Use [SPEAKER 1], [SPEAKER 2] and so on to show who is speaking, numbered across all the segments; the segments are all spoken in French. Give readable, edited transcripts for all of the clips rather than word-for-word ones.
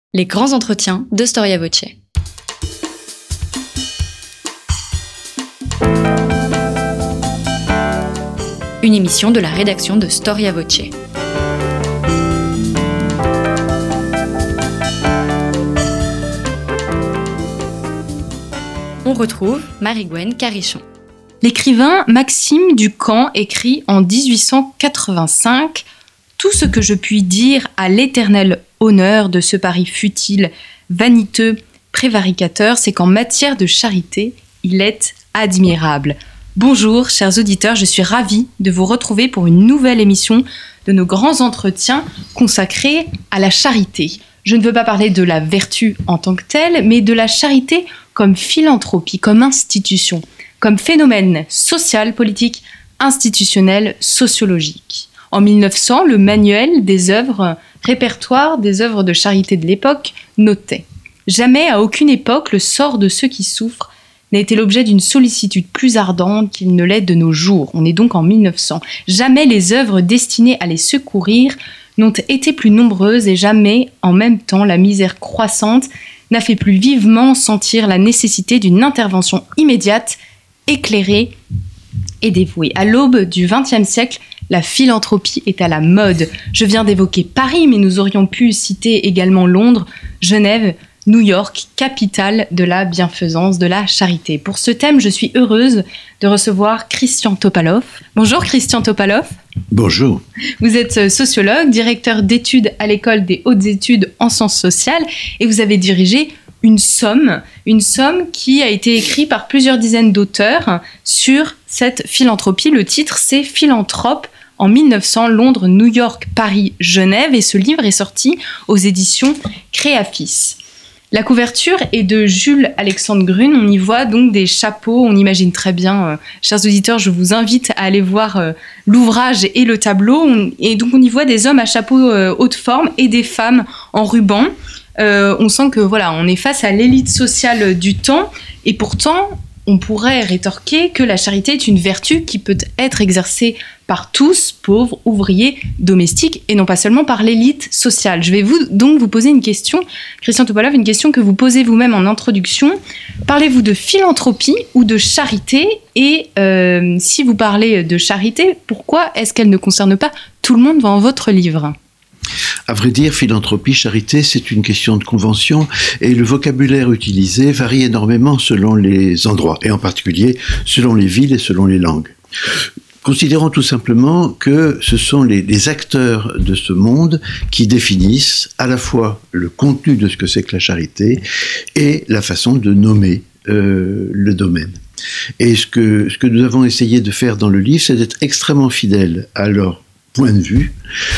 [SPEAKER 1] Les grands entretiens de Storia Voce. Une émission de la rédaction de Storia Voce. On retrouve Marie-Gwen Carichon.
[SPEAKER 2] L'écrivain Maxime Ducamp écrit en 1885 « Tout ce que je puis dire à l'éternel honneur de ce pari futile, vaniteux, prévaricateur, c'est qu'en matière de charité, il est admirable. » Bonjour, chers auditeurs, je suis ravie de vous retrouver pour une nouvelle émission de nos grands entretiens consacrés à la charité. Je ne veux pas parler de la vertu en tant que telle, mais de la charité comme philanthropie, comme institution, comme phénomène social, politique, institutionnel, sociologique. En 1900, le manuel des œuvres, répertoire des œuvres de charité de l'époque, notait « Jamais, à aucune époque, le sort de ceux qui souffrent n'a été l'objet d'une sollicitude plus ardente qu'il ne l'est de nos jours. » On est donc en 1900. « Jamais les œuvres destinées à les secourir n'ont été plus nombreuses et jamais, en même temps, la misère croissante n'a fait plus vivement sentir la nécessité d'une intervention immédiate, éclairée et dévouée. » À l'aube du XXe siècle, la philanthropie est à la mode. Je viens d'évoquer Paris, mais nous aurions pu citer également Londres, Genève, New York, capitale de la bienfaisance, de la charité. Pour ce thème, je suis heureuse de recevoir Christian Topalov. Bonjour Christian Topalov.
[SPEAKER 3] Bonjour.
[SPEAKER 2] Vous êtes sociologue, directeur d'études à l'École des hautes études en sciences sociales et vous avez dirigé une somme qui a été écrite par plusieurs dizaines d'auteurs sur cette philanthropie. Le titre, c'est « Philanthrope ». En 1900, Londres, New York, Paris, Genève, et ce livre est sorti aux éditions Créafis. La couverture est de Jules Alexandre Grune. On y voit donc des chapeaux, on imagine très bien, chers auditeurs, je vous invite à aller voir l'ouvrage et le tableau. Et donc on y voit des hommes à chapeau haute forme et des femmes en ruban. On sent que voilà, on est face à l'élite sociale du temps, et pourtant on pourrait rétorquer que la charité est une vertu qui peut être exercée par tous, pauvres, ouvriers, domestiques, et non pas seulement par l'élite sociale. Je vais donc vous poser une question, Christian Topalov, une question que vous posez vous-même en introduction. Parlez-vous de philanthropie ou de charité ? Et si vous parlez de charité, pourquoi est-ce qu'elle ne concerne pas tout le monde dans votre livre ?
[SPEAKER 3] À vrai dire, philanthropie, charité, c'est une question de convention et le vocabulaire utilisé varie énormément selon les endroits et en particulier selon les villes et selon les langues. Considérons tout simplement que ce sont les acteurs de ce monde qui définissent à la fois le contenu de ce que c'est que la charité et la façon de nommer le domaine. Et ce que nous avons essayé de faire dans le livre, c'est d'être extrêmement fidèles à leur point de vue.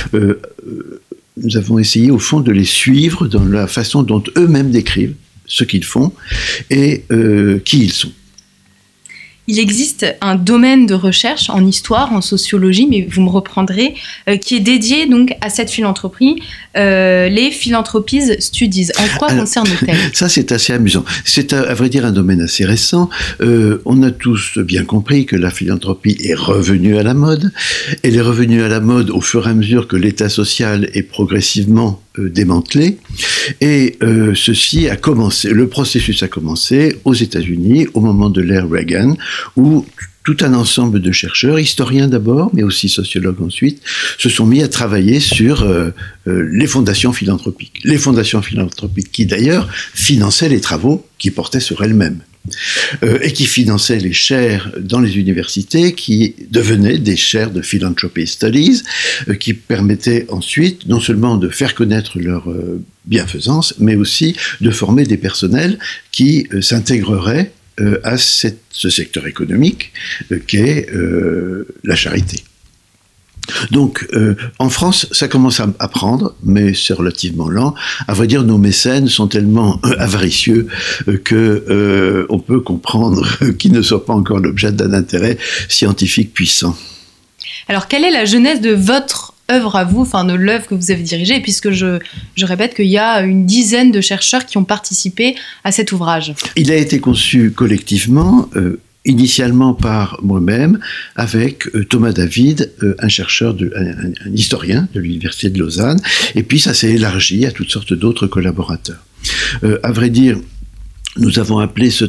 [SPEAKER 3] Nous avons essayé au fond de les suivre dans la façon dont eux-mêmes décrivent ce qu'ils font et qui ils sont.
[SPEAKER 2] Il existe un domaine de recherche en histoire, en sociologie, mais vous me reprendrez, qui est dédié donc à cette philanthropie, les Philanthropies Studies. En quoi concerne-t-elle ?
[SPEAKER 3] Ça, c'est assez amusant. C'est à vrai dire un domaine assez récent. On a tous bien compris que la philanthropie est revenue à la mode. Elle est revenue à la mode au fur et à mesure que l'État social est progressivement démantelé. Et ceci a commencé, le processus a commencé aux États-Unis au moment de l'ère Reagan, où tout un ensemble de chercheurs, historiens d'abord, mais aussi sociologues ensuite, se sont mis à travailler sur les fondations philanthropiques. Les fondations philanthropiques qui d'ailleurs finançaient les travaux qui portaient sur elles-mêmes. Et qui finançaient les chaires dans les universités qui devenaient des chaires de Philanthropy Studies qui permettaient ensuite non seulement de faire connaître leur bienfaisance, mais aussi de former des personnels qui s'intégreraient à ce secteur économique qu'est la charité. Donc, en France, ça commence à prendre, mais c'est relativement lent. À vrai dire, nos mécènes sont tellement avaricieux que on peut comprendre qu'ils ne soient pas encore l'objet d'un intérêt scientifique puissant.
[SPEAKER 2] Alors, quelle est la genèse de votre œuvre à vous, enfin de l'œuvre que vous avez dirigée, puisque je répète qu'il y a une dizaine de chercheurs qui ont participé à cet ouvrage.
[SPEAKER 3] Il a été conçu collectivement initialement par moi-même, avec Thomas David, un chercheur, un historien de l'Université de Lausanne, et puis ça s'est élargi à toutes sortes d'autres collaborateurs. À vrai dire, nous avons appelé ce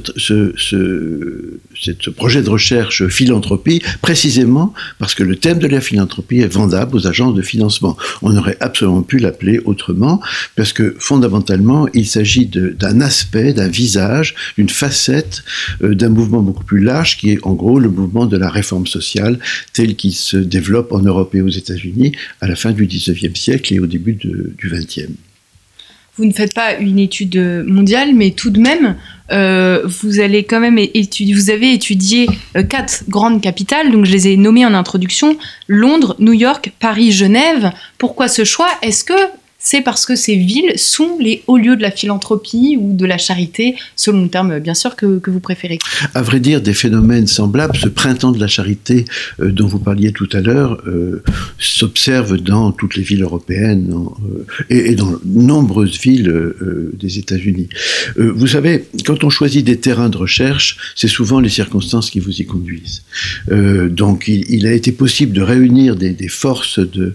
[SPEAKER 3] projet de recherche philanthropie, précisément parce que le thème de la philanthropie est vendable aux agences de financement. On aurait absolument pu l'appeler autrement, parce que fondamentalement, il s'agit d'un aspect, d'un visage, d'une facette d'un mouvement beaucoup plus large, qui est en gros le mouvement de la réforme sociale, tel qu'il se développe en Europe et aux États-Unis à la fin du XIXe siècle et au début du XXe.
[SPEAKER 2] Vous ne faites pas une étude mondiale, mais tout de même, vous allez quand même vous avez étudié 4 grandes capitales, donc je les ai nommées en introduction: Londres, New York, Paris, Genève. Pourquoi ce choix? Est-ce que c'est parce que ces villes sont les hauts lieux de la philanthropie ou de la charité, selon le terme bien sûr que vous préférez? À
[SPEAKER 3] vrai dire, des phénomènes semblables, ce printemps de la charité dont vous parliez tout à l'heure, s'observe dans toutes les villes européennes et dans nombreuses villes des États-Unis. Vous savez, quand on choisit des terrains de recherche, c'est souvent les circonstances qui vous y conduisent. Donc il a été possible de réunir des forces de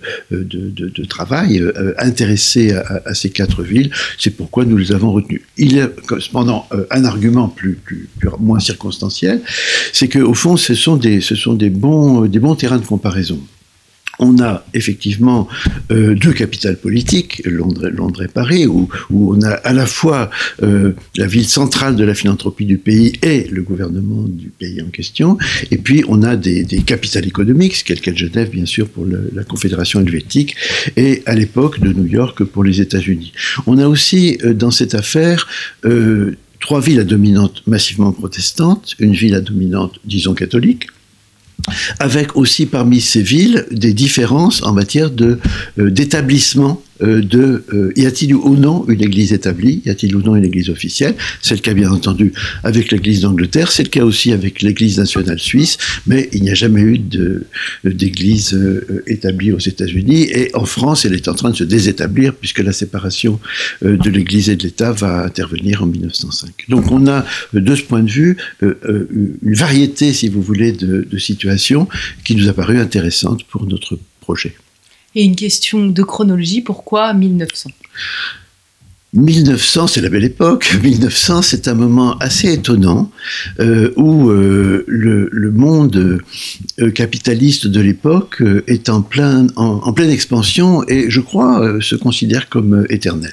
[SPEAKER 3] travail intéressées à ces 4 villes, c'est pourquoi nous les avons retenues. Il y a cependant un argument moins circonstanciel, c'est qu'au fond, ce sont des bons terrains de comparaison. On a effectivement 2 capitales politiques, Londres et Paris, où on a à la fois la ville centrale de la philanthropie du pays et le gouvernement du pays en question, et puis on a des capitales économiques, ce qu'est le cas de Genève, bien sûr, pour la Confédération helvétique, et à l'époque de New York pour les États-Unis. On a aussi, dans cette affaire, 3 villes à dominante massivement protestante, une ville à dominante, disons, catholique, avec aussi parmi ces villes des différences en matière d'établissement y a-t-il ou non une église établie, y a-t-il ou non une église officielle? C'est le cas bien entendu avec l'église d'Angleterre, c'est le cas aussi avec l'église nationale suisse, mais il n'y a jamais eu d'église établie aux États-Unis, et en France elle est en train de se désétablir puisque la séparation de l'église et de l'État va intervenir en 1905. Donc on a de ce point de vue une variété, si vous voulez, de situations qui nous a paru intéressantes pour notre projet.
[SPEAKER 2] Et une question de chronologie, pourquoi 1900 ?
[SPEAKER 3] 1900, c'est la belle époque. 1900, c'est un moment assez étonnant où le monde capitaliste de l'époque est en pleine expansion et, je crois, se considère comme éternel.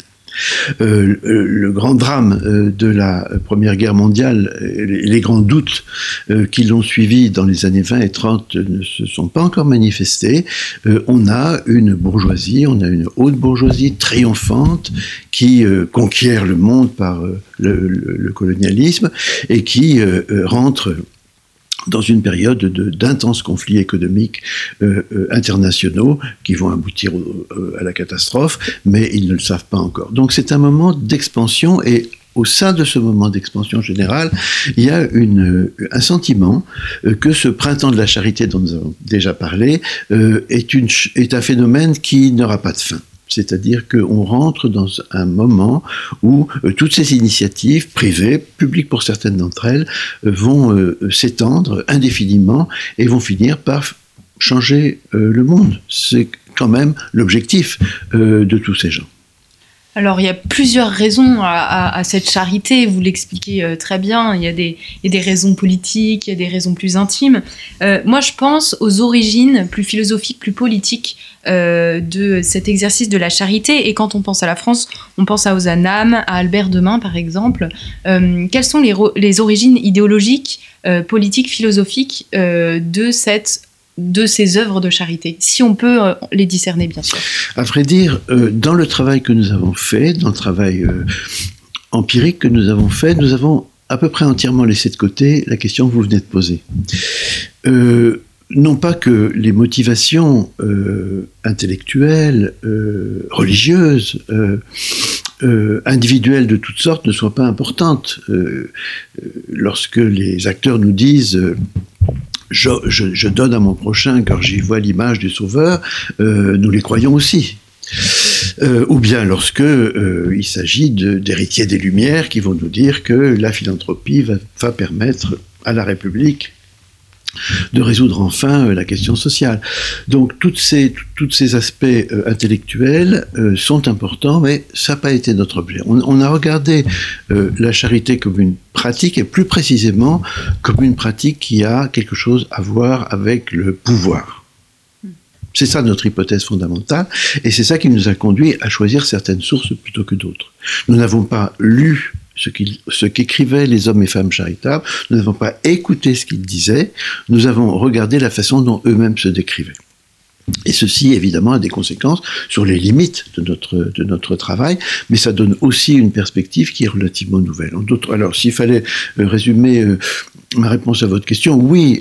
[SPEAKER 3] Le grand drame de la Première Guerre mondiale, les grands doutes qui l'ont suivi dans les années 20 et 30 ne se sont pas encore manifestés. On a une bourgeoisie, on a une haute bourgeoisie triomphante qui conquiert le monde par le colonialisme et qui rentre dans une période d'intenses conflits économiques internationaux qui vont aboutir à la catastrophe, mais ils ne le savent pas encore. Donc c'est un moment d'expansion, et au sein de ce moment d'expansion générale, il y a un sentiment que ce printemps de la charité dont nous avons déjà parlé est un phénomène qui n'aura pas de fin. C'est-à-dire qu'on rentre dans un moment où toutes ces initiatives privées, publiques pour certaines d'entre elles, vont s'étendre indéfiniment et vont finir par changer le monde. C'est quand même l'objectif de tous ces gens.
[SPEAKER 2] Alors, il y a plusieurs raisons à cette charité, vous l'expliquez très bien. Il y a des raisons politiques, il y a des raisons plus intimes. Moi, je pense aux origines plus philosophiques, plus politiques de cet exercice de la charité. Et quand on pense à la France, on pense à Ozanam, à Albert Demain, par exemple. Quelles sont les origines idéologiques, politiques, philosophiques de ces œuvres de charité, si on peut les discerner, bien sûr?
[SPEAKER 3] À vrai dire, dans le travail que nous avons fait, dans le travail empirique que nous avons fait, nous avons à peu près entièrement laissé de côté la question que vous venez de poser. Non pas que les motivations intellectuelles, religieuses, individuelles de toutes sortes ne soient pas importantes. Lorsque les acteurs nous disent je donne à mon prochain car j'y vois l'image du Sauveur, nous les croyons aussi. Ou bien lorsque il s'agit d'héritiers des Lumières qui vont nous dire que la philanthropie va permettre à la République de résoudre enfin la question sociale. Donc tous ces aspects intellectuels sont importants, mais ça n'a pas été notre objet. On a regardé la charité comme une pratique, et plus précisément comme une pratique qui a quelque chose à voir avec le pouvoir. C'est ça notre hypothèse fondamentale, et c'est ça qui nous a conduit à choisir certaines sources plutôt que d'autres. Nous n'avons pas lu ce qu'écrivaient les hommes et femmes charitables, nous n'avons pas écouté ce qu'ils disaient, nous avons regardé la façon dont eux-mêmes se décrivaient. Et ceci, évidemment, a des conséquences sur les limites de notre travail, mais ça donne aussi une perspective qui est relativement nouvelle. Alors, s'il fallait résumer ma réponse à votre question, oui,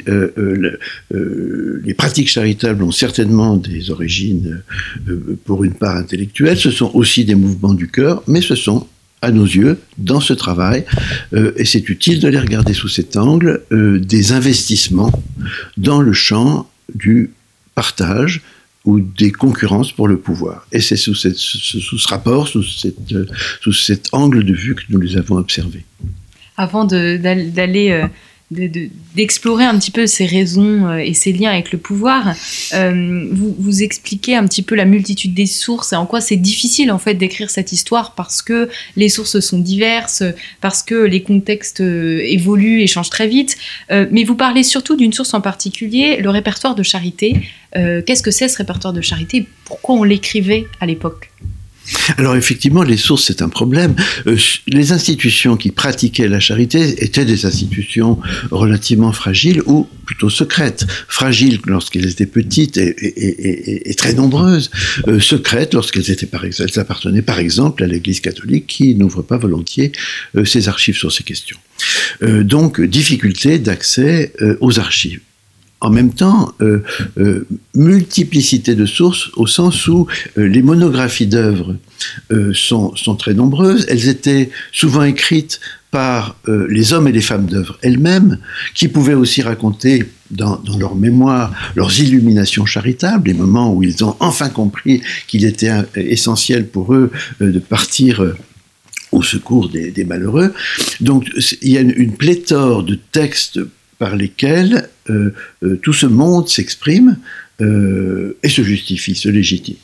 [SPEAKER 3] les pratiques charitables ont certainement des origines, pour une part intellectuelle, ce sont aussi des mouvements du cœur, mais ce sont, à nos yeux, dans ce travail, et c'est utile de les regarder sous cet angle, des investissements dans le champ du partage ou des concurrences pour le pouvoir. Et c'est sous ce rapport, sous cet angle de vue que nous les avons observés.
[SPEAKER 2] Avant d'aller d'explorer un petit peu ces raisons et ces liens avec le pouvoir, vous expliquez un petit peu la multitude des sources et en quoi c'est difficile en fait d'écrire cette histoire parce que les sources sont diverses, parce que les contextes évoluent et changent très vite. Mais vous parlez surtout d'une source en particulier, le répertoire de charité. Qu'est-ce que c'est ce répertoire de charité? Pourquoi on l'écrivait à l'époque?
[SPEAKER 3] Alors effectivement, les sources, c'est un problème. Les institutions qui pratiquaient la charité étaient des institutions relativement fragiles ou plutôt secrètes. Fragiles lorsqu'elles étaient petites et très nombreuses. Secrètes lorsqu'elles étaient, elles appartenaient par exemple à l'Église catholique qui n'ouvre pas volontiers ses archives sur ces questions. Donc, difficulté d'accès aux archives. En même temps, multiplicité de sources au sens où les monographies d'œuvres sont très nombreuses. Elles étaient souvent écrites par les hommes et les femmes d'œuvre elles-mêmes, qui pouvaient aussi raconter dans leur mémoire leurs illuminations charitables, les moments où ils ont enfin compris qu'il était essentiel pour eux de partir au secours des malheureux. Donc il y a une pléthore de textes par lesquels tout ce monde s'exprime et se justifie, se légitime.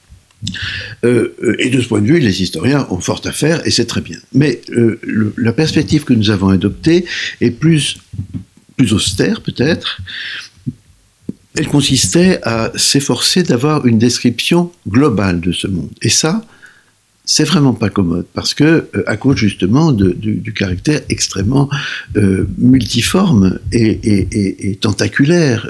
[SPEAKER 3] Et de ce point de vue, les historiens ont fort à faire, et c'est très bien. Mais la perspective que nous avons adoptée est plus austère, peut-être. Elle consistait à s'efforcer d'avoir une description globale de ce monde. Et ça, c'est vraiment pas commode, parce que, à cause justement du caractère extrêmement multiforme et tentaculaire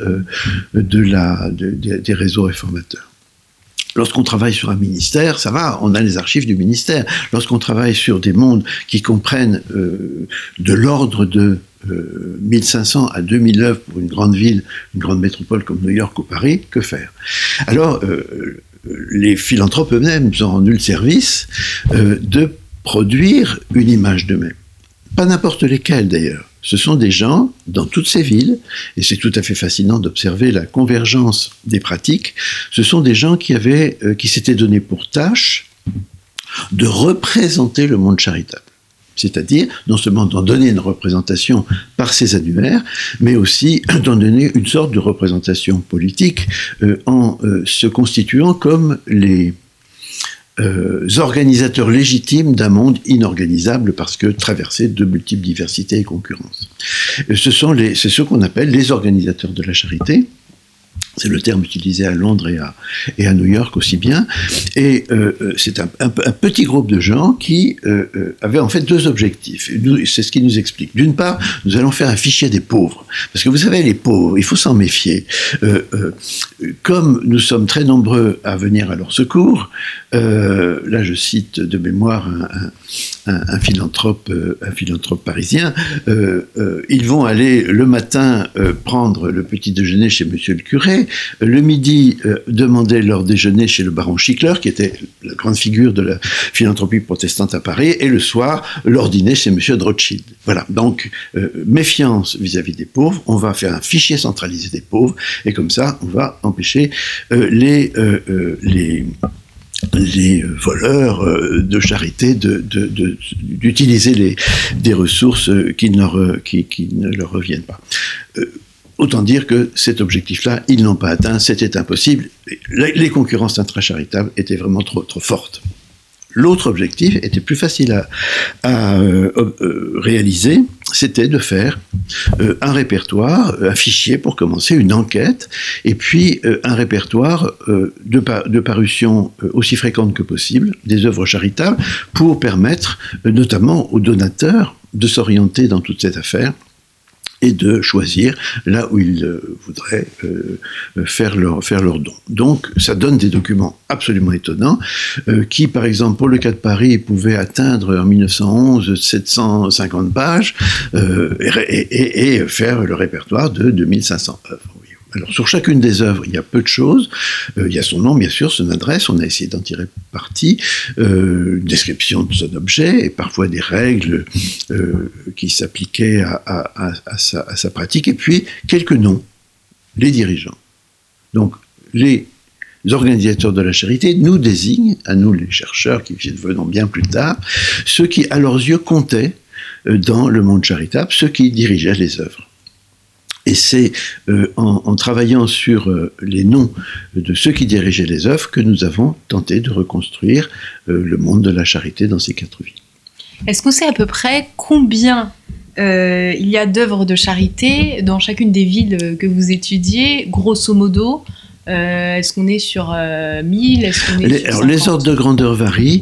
[SPEAKER 3] des réseaux réformateurs. Lorsqu'on travaille sur un ministère, ça va, on a les archives du ministère. Lorsqu'on travaille sur des mondes qui comprennent de l'ordre de 1500 à 2000 œuvres pour une grande ville, une grande métropole comme New York ou Paris, que faire? Alors, les philanthropes eux-mêmes ont rendu le service de produire une image d'eux-mêmes. Pas n'importe lesquelles d'ailleurs. Ce sont des gens dans toutes ces villes, et c'est tout à fait fascinant d'observer la convergence des pratiques, ce sont des gens qui s'étaient donné pour tâche de représenter le monde charitable. C'est-à-dire, non seulement d'en donner une représentation par ces annuaires, mais aussi d'en donner une sorte de représentation politique en se constituant comme les organisateurs légitimes d'un monde inorganisable parce que traversé de multiples diversités et concurrences. C'est ce qu'on appelle les organisateurs de la charité. C'est le terme utilisé à Londres et à New York aussi bien. Et c'est un petit groupe de gens qui avaient en fait deux objectifs. C'est ce qui nous explique. D'une part, nous allons faire un fichier des pauvres. Parce que vous savez, les pauvres, il faut s'en méfier. Comme nous sommes très nombreux à venir à leur secours, là je cite de mémoire un philanthrope parisien, ils vont aller le matin prendre le petit déjeuner chez monsieur le curé, le midi demander leur déjeuner chez le baron Schickler, qui était la grande figure de la philanthropie protestante à Paris, et le soir leur dîner chez monsieur de Rothschild. Voilà, donc méfiance vis-à-vis des pauvres, on va faire un fichier centralisé des pauvres, et comme ça on va empêcher les les voleurs de charité d'utiliser des ressources qui ne leur reviennent pas. Autant dire que cet objectif-là, ils n'ont pas atteint, c'était impossible. Les concurrences intracharitables étaient vraiment trop fortes. L'autre objectif était plus facile à réaliser, c'était de faire un répertoire, un fichier pour commencer, une enquête, et puis un répertoire de parution aussi fréquente que possible, des œuvres charitables, pour permettre notamment aux donateurs de s'orienter dans toute cette affaire et de choisir là où ils voudraient faire leur don. Donc, ça donne des documents absolument étonnants, qui, par exemple, pour le cas de Paris, pouvaient atteindre en 1911 750 pages, et faire le répertoire de 2500 œuvres. Alors, sur chacune des œuvres, il y a peu de choses. Il y a son nom, bien sûr, son adresse, on a essayé d'en tirer parti, une description de son objet, et parfois des règles qui s'appliquaient à sa pratique, et puis quelques noms, les dirigeants. Donc, les organisateurs de la charité nous désignent, à nous les chercheurs qui venons bien plus tard, ceux qui, à leurs yeux, comptaient dans le monde charitable, ceux qui dirigeaient les œuvres. Et c'est en travaillant sur les noms de ceux qui dirigeaient les œuvres que nous avons tenté de reconstruire le monde de la charité dans ces 4 villes.
[SPEAKER 2] Est-ce qu'on sait à peu près combien il y a d'œuvres de charité dans chacune des villes que vous étudiez, grosso modo? Est-ce qu'on est sur 1000? Est-ce qu'on est sur 50?
[SPEAKER 3] Les ordres de grandeur varient.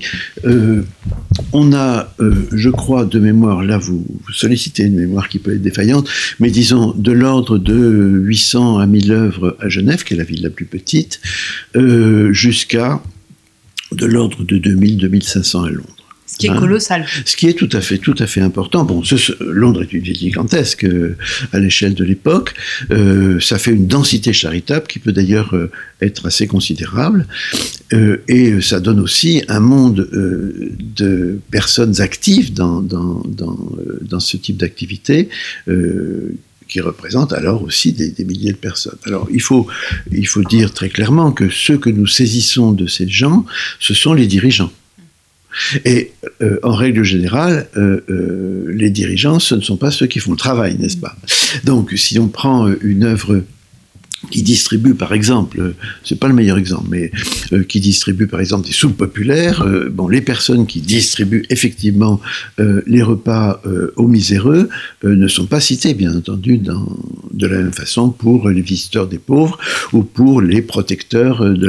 [SPEAKER 3] On a, je crois, de mémoire, là vous sollicitez une mémoire qui peut être défaillante, mais disons de l'ordre de 800 à 1000 œuvres à Genève, qui est la ville la plus petite, jusqu'à de l'ordre de 2000-2500 à Londres.
[SPEAKER 2] Ce qui est colossal.
[SPEAKER 3] Ce qui est tout à fait important. Bon, Londres est une ville gigantesque à l'échelle de l'époque. Ça fait une densité charitable qui peut d'ailleurs être assez considérable. Et ça donne aussi un monde de personnes actives dans ce type d'activité qui représente alors aussi des milliers de personnes. Alors il faut dire très clairement que ceux que nous saisissons de ces gens, ce sont les dirigeants. Et en règle générale, les dirigeants, ce ne sont pas ceux qui font le travail, n'est-ce pas? Donc, si on prend une œuvre qui distribue, par exemple, c'est pas le meilleur exemple, mais qui distribue, par exemple, des soupes populaires, les personnes qui distribuent effectivement les repas aux miséreux ne sont pas citées, bien entendu, de la même façon pour les visiteurs des pauvres ou pour les protecteurs de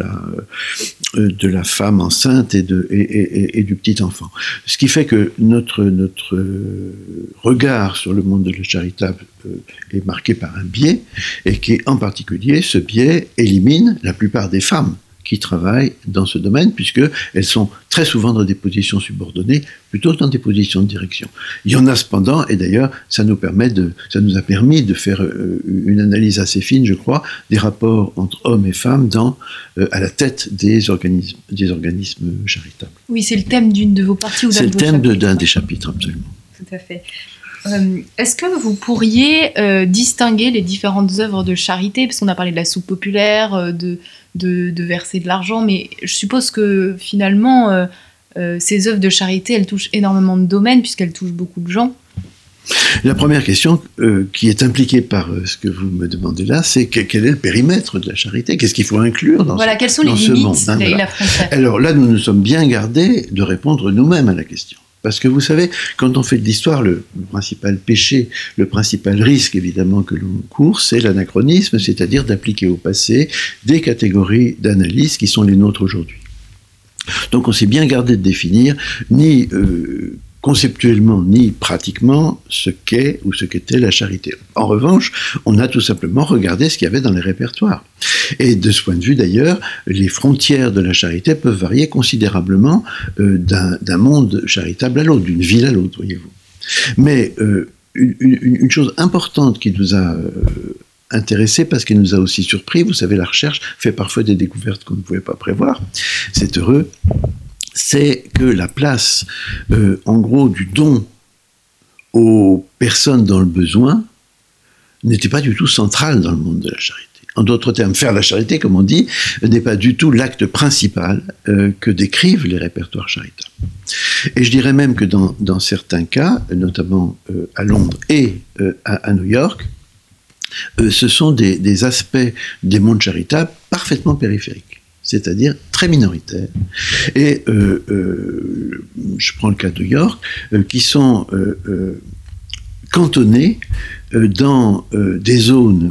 [SPEAKER 3] la femme enceinte et du petit enfant. Ce qui fait que notre regard sur le monde de la charitable est marqué par un biais, et qui, en particulier, ce biais élimine la plupart des femmes qui travaillent dans ce domaine, puisqu'elles sont très souvent dans des positions subordonnées, plutôt que dans des positions de direction. Il y en a cependant, et d'ailleurs, ça nous a permis de faire une analyse assez fine, je crois, des rapports entre hommes et femmes à la tête des organismes charitables.
[SPEAKER 2] Oui, c'est le thème d'une de vos parties ou d'un de vos
[SPEAKER 3] chapitres. C'est le thème d'un des
[SPEAKER 2] chapitres,
[SPEAKER 3] chapitres, absolument.
[SPEAKER 2] Tout à fait. Est-ce que vous pourriez distinguer les différentes œuvres de charité, parce qu'on a parlé de la soupe populaire, de verser de l'argent, mais je suppose que finalement, ces œuvres de charité, elles touchent énormément de domaines, puisqu'elles touchent beaucoup de gens.
[SPEAKER 3] La première question qui est impliquée par ce que vous me demandez là, c'est quel est le périmètre de la charité? Qu'est-ce qu'il faut inclure dans
[SPEAKER 2] quelles sont les limites et la frontière?
[SPEAKER 3] Alors là, nous nous sommes bien gardés de répondre nous-mêmes à la question. Parce que vous savez, quand on fait de l'histoire, le principal péché, le principal risque évidemment que l'on court, c'est l'anachronisme, c'est-à-dire d'appliquer au passé des catégories d'analyse qui sont les nôtres aujourd'hui. Donc on s'est bien gardé de définir ni conceptuellement ni pratiquement ce qu'est ou ce qu'était la charité. En revanche, on a tout simplement regardé ce qu'il y avait dans les répertoires. Et de ce point de vue d'ailleurs, les frontières de la charité peuvent varier considérablement d'un monde charitable à l'autre, d'une ville à l'autre, voyez-vous. Mais une chose importante qui nous a intéressé parce qu'elle nous a aussi surpris, vous savez, la recherche fait parfois des découvertes qu'on ne pouvait pas prévoir, c'est heureux, c'est que la place, en gros, du don aux personnes dans le besoin n'était pas du tout centrale dans le monde de la charité. En d'autres termes, faire la charité, comme on dit, n'est pas du tout l'acte principal que décrivent les répertoires charitables. Et je dirais même que dans certains cas, notamment à Londres et à New York, ce sont des aspects des mondes charitables parfaitement périphériques, c'est-à-dire très minoritaires. Et je prends le cas de New York, qui sont cantonnés dans des zones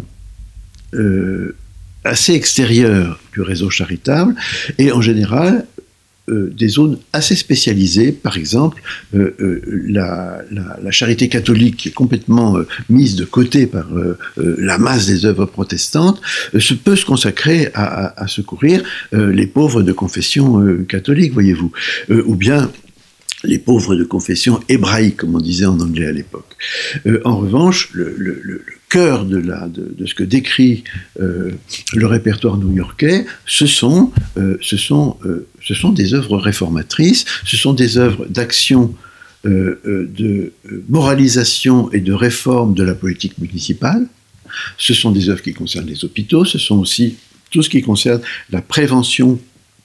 [SPEAKER 3] assez extérieures du réseau charitable, et en général des zones assez spécialisées. Par exemple, la charité catholique, qui est complètement mise de côté par la masse des œuvres protestantes, peut se consacrer à secourir les pauvres de confession catholique, voyez-vous, ou bien les pauvres de confession hébraïque, comme on disait en anglais à l'époque. En revanche, le cœur de ce que décrit le répertoire new-yorkais, ce sont des œuvres réformatrices, ce sont des œuvres d'action, de moralisation et de réforme de la politique municipale. Ce sont des œuvres qui concernent les hôpitaux, ce sont aussi tout ce qui concerne la prévention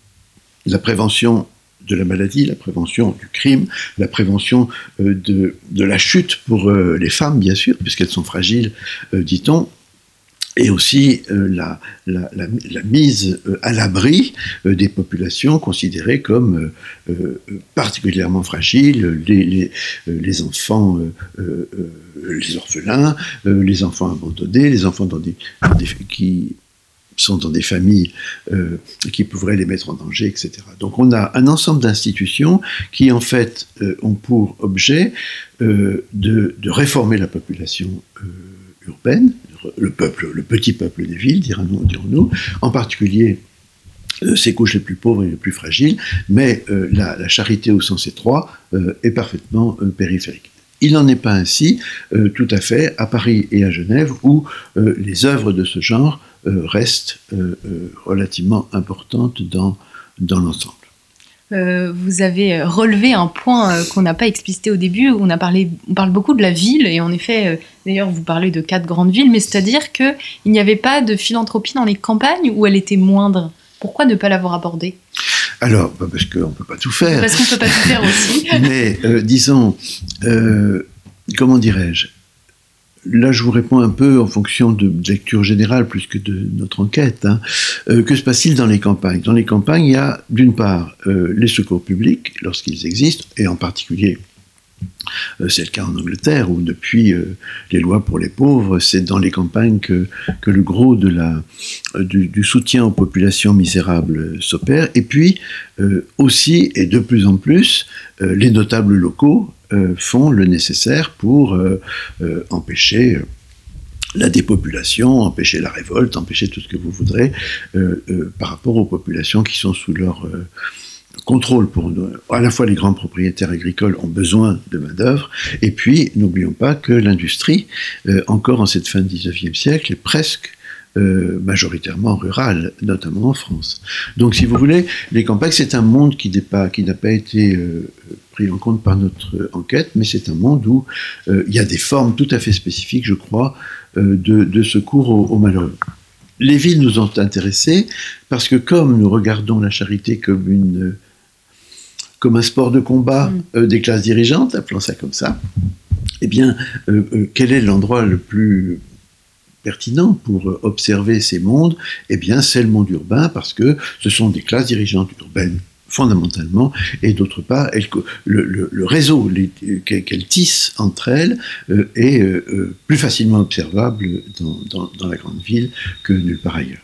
[SPEAKER 3] de la maladie, la prévention du crime, la prévention de la chute pour les femmes, bien sûr, puisqu'elles sont fragiles, dit-on, et aussi la mise à l'abri des populations considérées comme particulièrement fragiles, les enfants, les orphelins, les enfants abandonnés, les enfants qui sont dans des familles qui pourraient les mettre en danger, etc. Donc on a un ensemble d'institutions qui en fait ont pour objet de réformer la population urbaine, le petit peuple des villes, dirons-nous, en particulier ces couches les plus pauvres et les plus fragiles, mais la charité au sens étroit est parfaitement périphérique. Il n'en est pas ainsi tout à fait à Paris et à Genève, où les œuvres de ce genre restent relativement importantes dans l'ensemble.
[SPEAKER 2] Vous avez relevé un point qu'on n'a pas explicité au début, où on parle beaucoup de la ville, et en effet, d'ailleurs vous parlez de 4 grandes villes, mais c'est-à-dire qu'il n'y avait pas de philanthropie dans les campagnes, où elle était moindre. Pourquoi ne pas l'avoir abordée ?
[SPEAKER 3] Alors, parce qu'on ne peut pas tout faire.
[SPEAKER 2] Parce qu'on ne peut pas tout faire aussi.
[SPEAKER 3] Mais disons, comment dirais-je ? Là, je vous réponds un peu en fonction de lecture générale plus que de notre enquête. Que se passe-t-il dans les campagnes ? Dans les campagnes, il y a d'une part les secours publics, lorsqu'ils existent, et en particulier, c'est le cas en Angleterre, où depuis les lois pour les pauvres, c'est dans les campagnes que le gros du soutien aux populations misérables s'opère. Et puis, aussi, et de plus en plus, les notables locaux font le nécessaire pour empêcher la dépopulation, empêcher la révolte, empêcher tout ce que vous voudrez par rapport aux populations qui sont sous leur contrôle. À la fois les grands propriétaires agricoles ont besoin de main-d'œuvre, et puis n'oublions pas que l'industrie, encore en cette fin du XIXe siècle, est presque majoritairement rurale, notamment en France. Donc si vous voulez, les campagnes, c'est un monde qui n'a pas été pris en compte par notre enquête, mais c'est un monde où il y a des formes tout à fait spécifiques, je crois, de secours aux malheureux. Les villes nous ont intéressés parce que comme nous regardons la charité comme un sport de combat des classes dirigeantes, appelons ça comme ça, eh bien, quel est l'endroit le plus pertinent pour observer ces mondes ? Eh bien, c'est le monde urbain, parce que ce sont des classes dirigeantes urbaines fondamentalement, et d'autre part, le réseau qu'elles tissent entre elles est plus facilement observable dans la grande ville que nulle part ailleurs.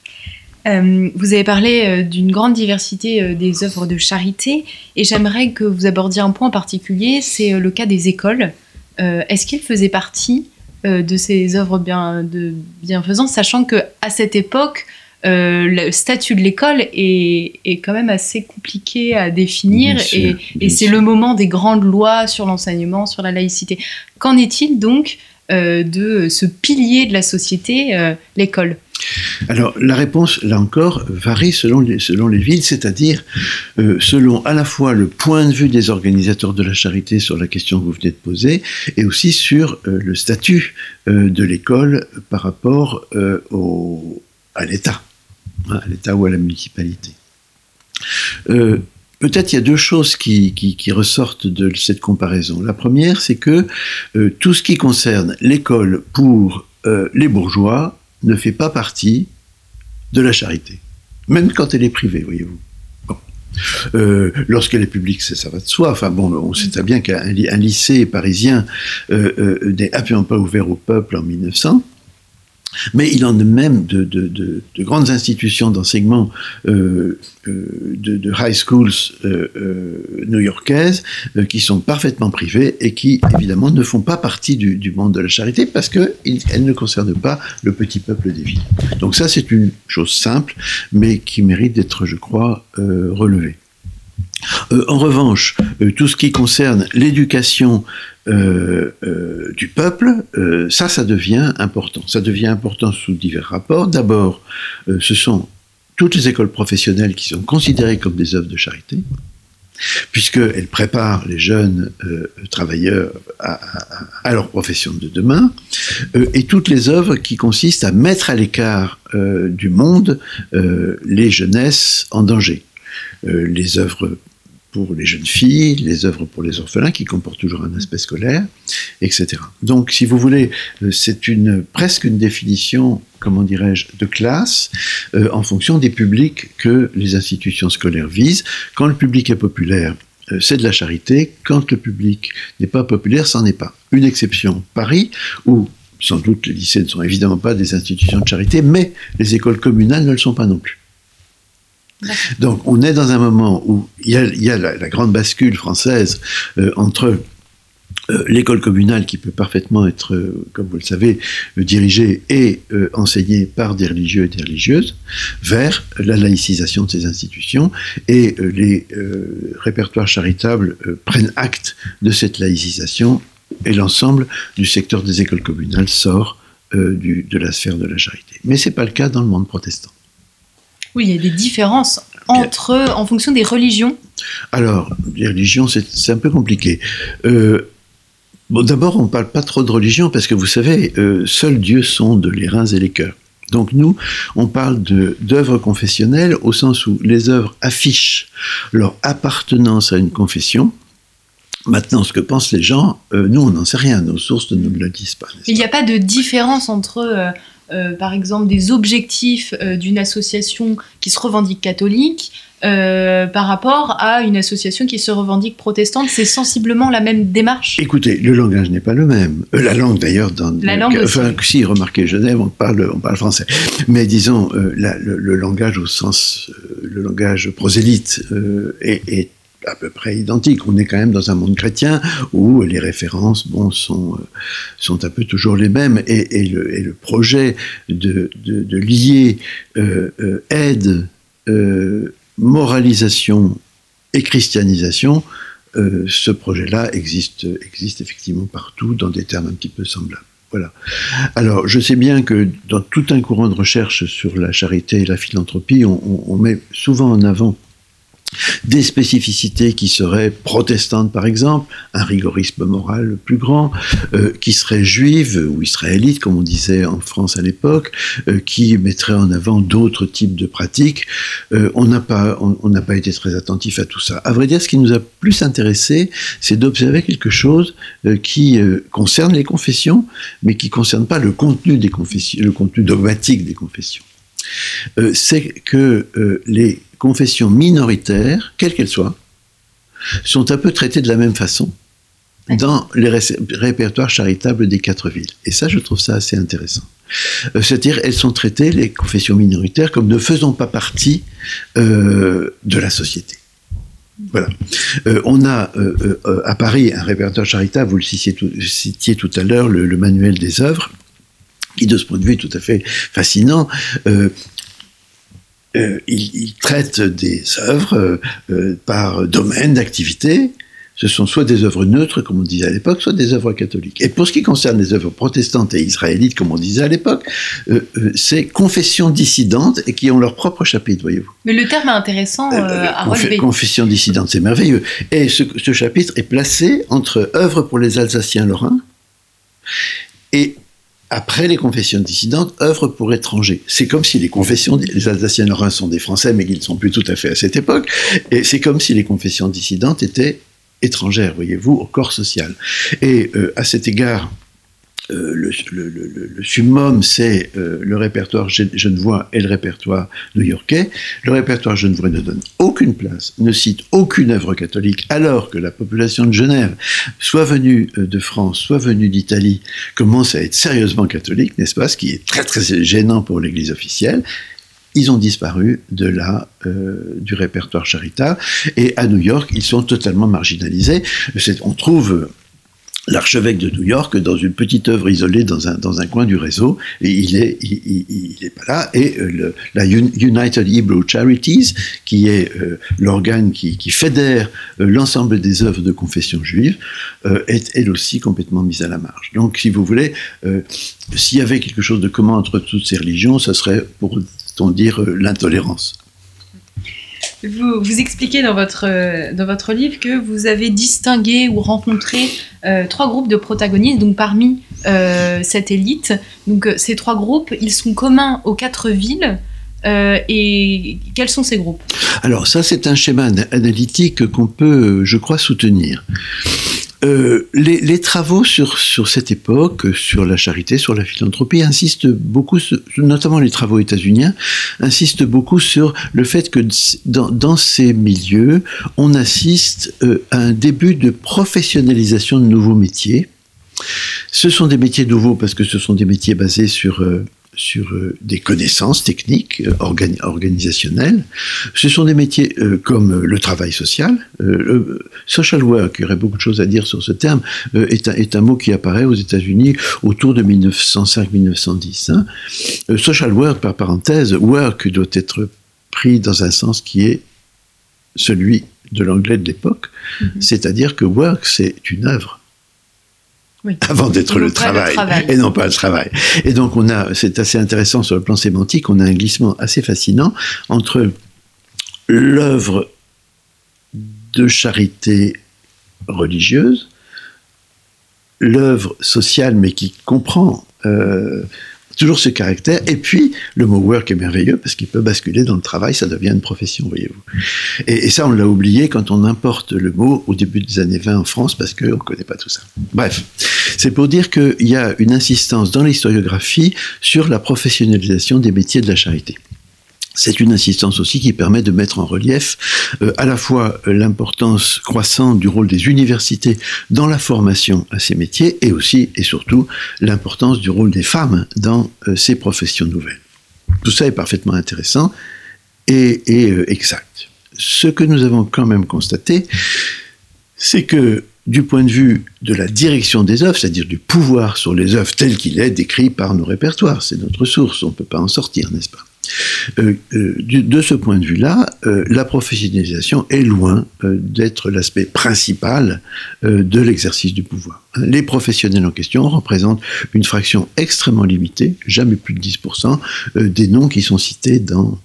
[SPEAKER 2] Vous avez parlé d'une grande diversité des œuvres de charité, et j'aimerais que vous abordiez un point en particulier, c'est le cas des écoles. Est-ce qu'ils faisaient partie de ces œuvres de bienfaisance, sachant qu'à cette époque, le statut de l'école est quand même assez compliqué à définir, et c'est le moment des grandes lois sur l'enseignement, sur la laïcité. Qu'en est-il donc de ce pilier de la société, l'école ?
[SPEAKER 3] Alors, la réponse, là encore, varie selon les villes, c'est-à-dire selon à la fois le point de vue des organisateurs de la charité sur la question que vous venez de poser, et aussi sur le statut de l'école par rapport aux à l'État, à l'État ou à la municipalité. Peut-être il y a deux choses qui ressortent de cette comparaison. La première, c'est que tout ce qui concerne l'école pour les bourgeois ne fait pas partie de la charité, même quand elle est privée, voyez-vous. Bon. Lorsqu'elle est publique, ça va de soi. Enfin bon, on sait très bien qu'un lycée parisien n'est absolument pas ouvert au peuple en 1900. Mais il en est même de grandes institutions d'enseignement de high schools new-yorkaises qui sont parfaitement privées et qui, évidemment, ne font pas partie du monde de la charité parce qu'elles ne concernent pas le petit peuple des villes. Donc ça, c'est une chose simple, mais qui mérite d'être, je crois, relevée. En revanche, tout ce qui concerne l'éducation du peuple, ça devient important. Ça devient important sous divers rapports. D'abord, ce sont toutes les écoles professionnelles qui sont considérées comme des œuvres de charité, puisqu'elles préparent les jeunes travailleurs à leur profession de demain, et toutes les œuvres qui consistent à mettre à l'écart du monde les jeunesses en danger. Les œuvres pour les jeunes filles, les œuvres pour les orphelins, qui comportent toujours un aspect scolaire, etc. Donc, si vous voulez, c'est presque une définition, comment dirais-je, de classe, en fonction des publics que les institutions scolaires visent. Quand le public est populaire, c'est de la charité. Quand le public n'est pas populaire, c'en est pas. Une exception, Paris, où sans doute les lycées ne sont évidemment pas des institutions de charité, mais les écoles communales ne le sont pas non plus. Donc on est dans un moment où il y a la grande bascule française entre l'école communale qui peut parfaitement être, comme vous le savez, dirigée et enseignée par des religieux et des religieuses, vers la laïcisation de ces institutions, et les répertoires charitables prennent acte de cette laïcisation, et l'ensemble du secteur des écoles communales sort de la sphère de la charité. Mais ce n'est pas le cas dans le monde protestant.
[SPEAKER 2] Oui, il y a des différences en fonction des religions. Alors,
[SPEAKER 3] les religions, c'est un peu compliqué. Bon, d'abord, on ne parle pas trop de religion, parce que vous savez, seuls Dieu sonde les reins et les cœurs. Donc nous, on parle d'œuvres confessionnelles au sens où les œuvres affichent leur appartenance à une confession. Maintenant, ce que pensent les gens, nous, on n'en sait rien, nos sources ne nous le disent pas.
[SPEAKER 2] Il n'y a pas de différence entre... par exemple, des objectifs d'une association qui se revendique catholique par rapport à une association qui se revendique protestante, c'est sensiblement la même démarche.
[SPEAKER 3] Écoutez, le langage n'est pas le même. La langue, d'ailleurs, si, remarquez, Genève, on parle français. Mais disons, le langage au sens, le langage prosélyte est à peu près identique. On est quand même dans un monde chrétien où les références sont un peu toujours les mêmes, et le projet de lier aide, moralisation et christianisation, ce projet-là existe effectivement partout dans des termes un petit peu semblables. Voilà. Alors, je sais bien que dans tout un courant de recherche sur la charité et la philanthropie, on met souvent en avant des spécificités qui seraient protestantes, par exemple, un rigorisme moral plus grand, qui seraient juives ou israélites, comme on disait en France à l'époque, qui mettraient en avant d'autres types de pratiques. On n'a pas été très attentif à tout ça. À vrai dire, ce qui nous a plus intéressé, c'est d'observer quelque chose qui concerne les confessions, mais qui ne concerne pas le contenu des confessions, le contenu dogmatique des confessions. C'est que les confessions minoritaires, quelles qu'elles soient, sont un peu traitées de la même façon dans les répertoires charitables des 4 villes. Et ça, je trouve ça assez intéressant. C'est-à-dire, elles sont traitées, les confessions minoritaires, comme ne faisant pas partie de la société. Voilà. On a à Paris un répertoire charitable, vous le citiez tout à l'heure, le manuel des œuvres, qui de ce point de vue est tout à fait fascinant. Il traite des œuvres par domaine d'activité. Ce sont soit des œuvres neutres, comme on disait à l'époque, soit des œuvres catholiques. Et pour ce qui concerne les œuvres protestantes et israélites, comme on disait à l'époque, c'est confessions dissidentes et qui ont leur propre chapitre, voyez-vous.
[SPEAKER 2] Mais le terme est intéressant à relever.
[SPEAKER 3] Confessions dissidentes, c'est merveilleux. Et ce chapitre est placé entre œuvres pour les Alsaciens lorrains et après les confessions dissidentes, œuvrent pour étrangers. C'est comme si les Alsaciens lorrains sont des Français, mais qu'ils ne sont plus tout à fait à cette époque, et c'est comme si les confessions dissidentes étaient étrangères, voyez-vous, au corps social. Et à cet égard, le summum, c'est le répertoire genevois et le répertoire new-yorkais. Le répertoire genevois ne donne aucune place, ne cite aucune œuvre catholique, alors que la population de Genève, soit venue de France, soit venue d'Italie, commence à être sérieusement catholique, n'est-ce pas, ce qui est très très gênant pour l'Église officielle. Ils ont disparu du répertoire charitable, et à New York, ils sont totalement marginalisés. On trouve l'archevêque de New York dans une petite œuvre isolée dans un coin du réseau, et il est pas là. Et la United Hebrew Charities, qui est l'organe qui fédère l'ensemble des œuvres de confession juive, est elle aussi complètement mise à la marge. Donc, si vous voulez, s'il y avait quelque chose de commun entre toutes ces religions, ce serait, pour dire, l'intolérance.
[SPEAKER 2] Vous expliquez dans votre livre que vous avez distingué ou rencontré 3 groupes de protagonistes, donc parmi cette élite. Donc ces 3 groupes, ils sont communs aux 4 villes. Et quels sont ces groupes ?
[SPEAKER 3] Alors ça, c'est un schéma analytique qu'on peut, je crois, soutenir. Les travaux sur cette époque, sur la charité, sur la philanthropie, insistent beaucoup, notamment les travaux états-uniens, insistent beaucoup sur le fait que dans ces milieux, on assiste à un début de professionnalisation de nouveaux métiers. Ce sont des métiers nouveaux parce que ce sont des métiers basés sur des connaissances techniques, organisationnelles. Ce sont des métiers comme le travail social. Social work, il y aurait beaucoup de choses à dire sur ce terme, est un mot qui apparaît aux États-Unis autour de 1905-1910. Hein. Social work, par parenthèse, work doit être pris dans un sens qui est celui de l'anglais de l'époque, c'est-à-dire que work, c'est une œuvre. Oui. Avant d'être le travail, et non pas le travail. Et donc c'est assez intéressant sur le plan sémantique, on a un glissement assez fascinant entre l'œuvre de charité religieuse, l'œuvre sociale mais qui comprend toujours ce caractère, et puis le mot work est merveilleux parce qu'il peut basculer dans le travail, ça devient une profession, voyez-vous. Et ça, on l'a oublié quand on importe le mot au début des années 20 en France parce qu'on ne connaît pas tout ça. Bref, c'est pour dire qu'il y a une insistance dans l'historiographie sur la professionnalisation des métiers de la charité. C'est une insistance aussi qui permet de mettre en relief à la fois l'importance croissante du rôle des universités dans la formation à ces métiers et aussi et surtout l'importance du rôle des femmes dans ces professions nouvelles. Tout ça est parfaitement intéressant et exact. Ce que nous avons quand même constaté, c'est que du point de vue de la direction des œuvres, c'est-à-dire du pouvoir sur les œuvres tel qu'il est décrit par nos répertoires, c'est notre source, on ne peut pas en sortir, n'est-ce pas ? De ce point de vue-là, la professionnalisation est loin d'être l'aspect principal de l'exercice du pouvoir. Les professionnels en question représentent une fraction extrêmement limitée, jamais plus de 10%, des noms qui sont cités dans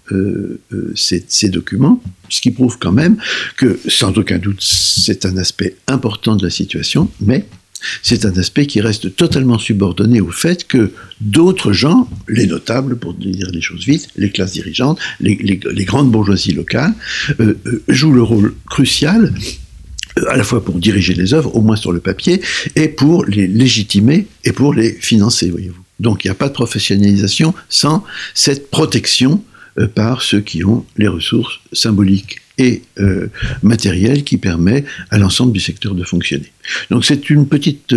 [SPEAKER 3] ces documents, ce qui prouve quand même que, sans aucun doute, c'est un aspect important de la situation, mais c'est un aspect qui reste totalement subordonné au fait que d'autres gens, les notables, pour dire les choses vite, les classes dirigeantes, les grandes bourgeoisies locales, jouent le rôle crucial, à la fois pour diriger les œuvres, au moins sur le papier, et pour les légitimer et pour les financer, voyez-vous. Donc il n'y a pas de professionnalisation sans cette protection par ceux qui ont les ressources symboliques et matériel qui permet à l'ensemble du secteur de fonctionner. Donc c'est une petite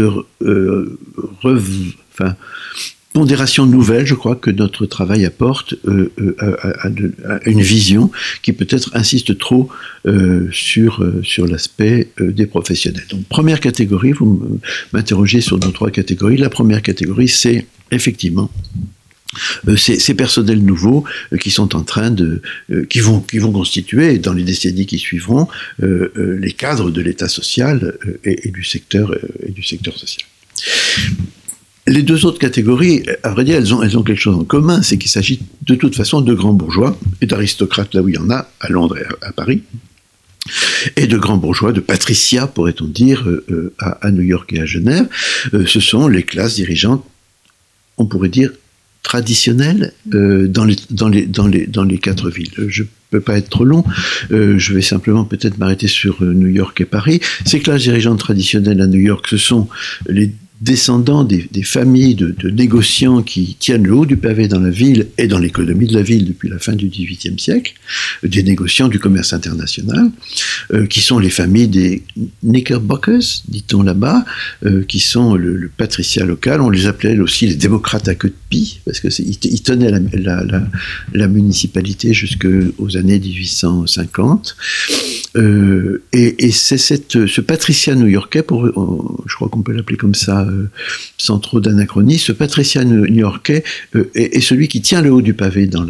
[SPEAKER 3] pondération nouvelle, je crois, que notre travail apporte à une vision qui peut-être insiste trop sur l'aspect des professionnels. Donc première catégorie, vous m'interrogez sur nos 3 catégories. La première catégorie, c'est effectivement ces personnels nouveaux qui sont en train qui vont constituer dans les décennies qui suivront les cadres de l'État social et du secteur social. Les 2 autres catégories, à vrai dire, elles ont quelque chose en commun, c'est qu'il s'agit de toute façon de grands bourgeois et d'aristocrates là où il y en a, à Londres et à Paris, et de grands bourgeois, de patriciats, pourrait-on dire, à New York et à Genève. Ce sont les classes dirigeantes, on pourrait dire, traditionnelle dans les 4 villes. Je peux pas être trop long, je vais simplement peut-être m'arrêter sur New York et Paris. Ces classes dirigeantes traditionnelles à New York, ce sont les descendants des familles de négociants qui tiennent le haut du pavé dans la ville et dans l'économie de la ville depuis la fin du XVIIIe siècle, des négociants du commerce international, qui sont les familles des Knickerbockers, dit-on là-bas, qui sont le patriciat local. On les appelait aussi les démocrates à queue de pie, parce qu'ils tenaient la municipalité jusqu'aux années 1850. Et c'est ce patriciat new-yorkais, je crois qu'on peut l'appeler comme ça, sans trop d'anachronisme, ce patriciat new-yorkais est celui qui tient le haut du pavé dans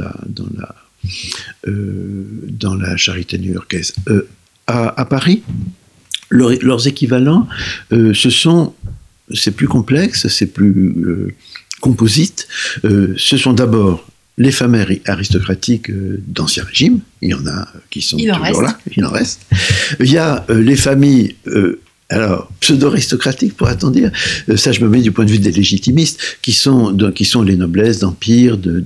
[SPEAKER 3] la charité new-yorkaise. À Paris, leurs équivalents, c'est plus complexe, c'est plus composite. Ce sont d'abord les familles aristocratiques d'Ancien Régime, il y en a qui sont toujours là, il en reste. Il y a les familles, pseudo-aristocratiques, pourra-t-on dire, ça je me mets du point de vue des légitimistes, qui sont les noblesses d'empire, de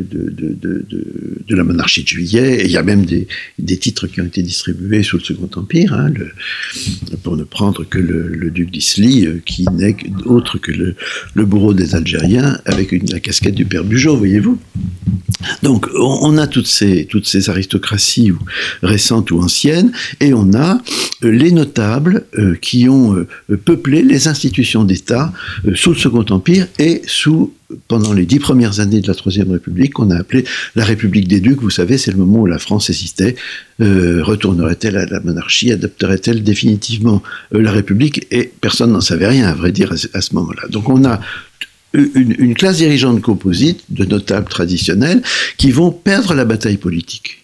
[SPEAKER 3] la monarchie de Juillet, et il y a même des titres qui ont été distribués sous le Second Empire, pour ne prendre que le duc d'Isly, qui n'est autre que le bourreau des Algériens, avec la casquette du père Bugeaud, voyez-vous. Donc on a toutes ces aristocraties récentes ou anciennes, et on a les notables qui ont peuplé les institutions d'État sous le Second Empire et pendant les 10 premières années de la Troisième République, qu'on a appelé la République des Ducs. Vous savez, c'est le moment où la France hésitait. Retournerait-elle à la monarchie? Adopterait-elle définitivement la République? Et personne n'en savait rien, à vrai dire, à ce moment-là. Donc on a une classe dirigeante composite de notables traditionnels qui vont perdre la bataille politique.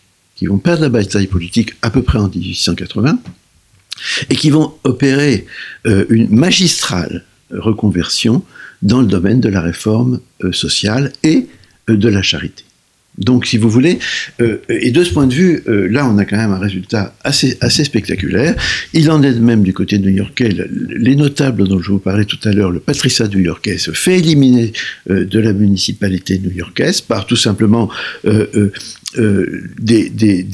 [SPEAKER 3] À peu près en 1880, et qui vont opérer une magistrale reconversion dans le domaine de la réforme sociale et de la charité. Donc, si vous voulez, et de ce point de vue, là, on a quand même un résultat assez spectaculaire. Il en est de même du côté new-yorkais. Les notables dont je vous parlais tout à l'heure, le patriciat new-yorkais, se fait éliminer de la municipalité new-yorkaise par tout simplement des